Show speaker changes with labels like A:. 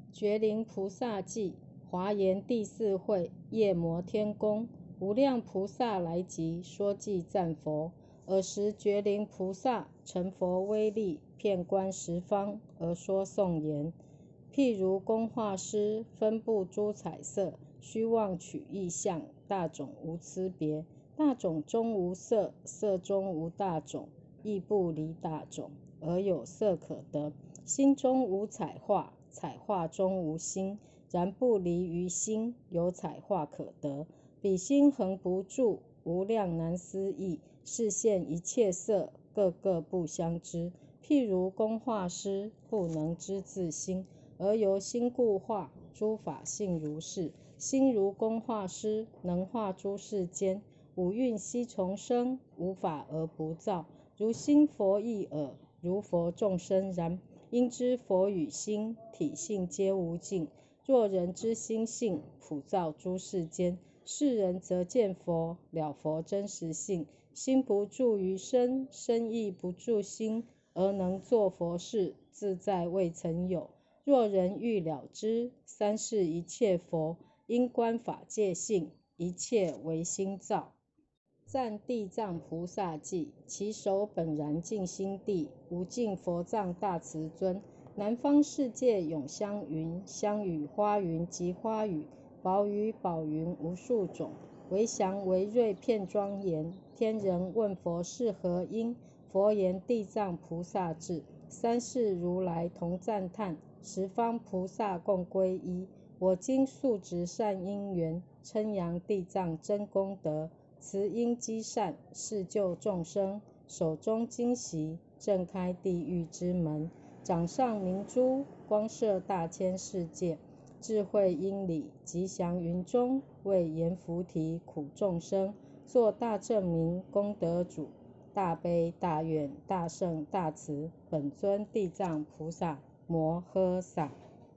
A: 觉灵菩萨记，华严第四会，夜摩天宫，无量菩萨来集，说偈赞佛。尔时觉灵菩萨成佛威力，遍观十方，而说颂言：譬如工画师分布诸彩色，虚妄取意象，大种无差别，大种中无色，色中无大种，亦不离大种，而有色可得。心中无彩画，彩画中无心，然不离于心，有彩画可得。彼心恒不住，无量难思议，示现一切色，个个不相知。譬如工画师不能知自心，而由心故画，诸法性如是。心如工画师，能画诸世间，五蕴悉从生，无法而不造。如心佛亦尔，如佛众生然。因知佛与心体性皆无尽，若人知心性，普造诸世间，是人则见佛，了佛真实性。心不住于身，身亦不住心，而能作佛事，自在未曾有。若人欲了知，三世一切佛，因观法界性，一切唯心造。赞地藏菩萨记，其手本然净心地，无尽佛藏大慈尊。南方世界永香云，香雨花云及花雨，宝雨宝云无数种，为祥为瑞遍庄严。天人问佛是何因，佛言地藏菩萨智。三世如来同赞叹，十方菩萨共归依。我今速植善因缘，称扬地藏真功德。慈因积善，是救众生，手中金席，震开地狱之门，掌上明珠，光射大千世界。智慧因理，吉祥云中，为阎浮提苦众生，作大证明功德主。大悲大愿大圣大慈，本尊地藏菩萨摩诃萨。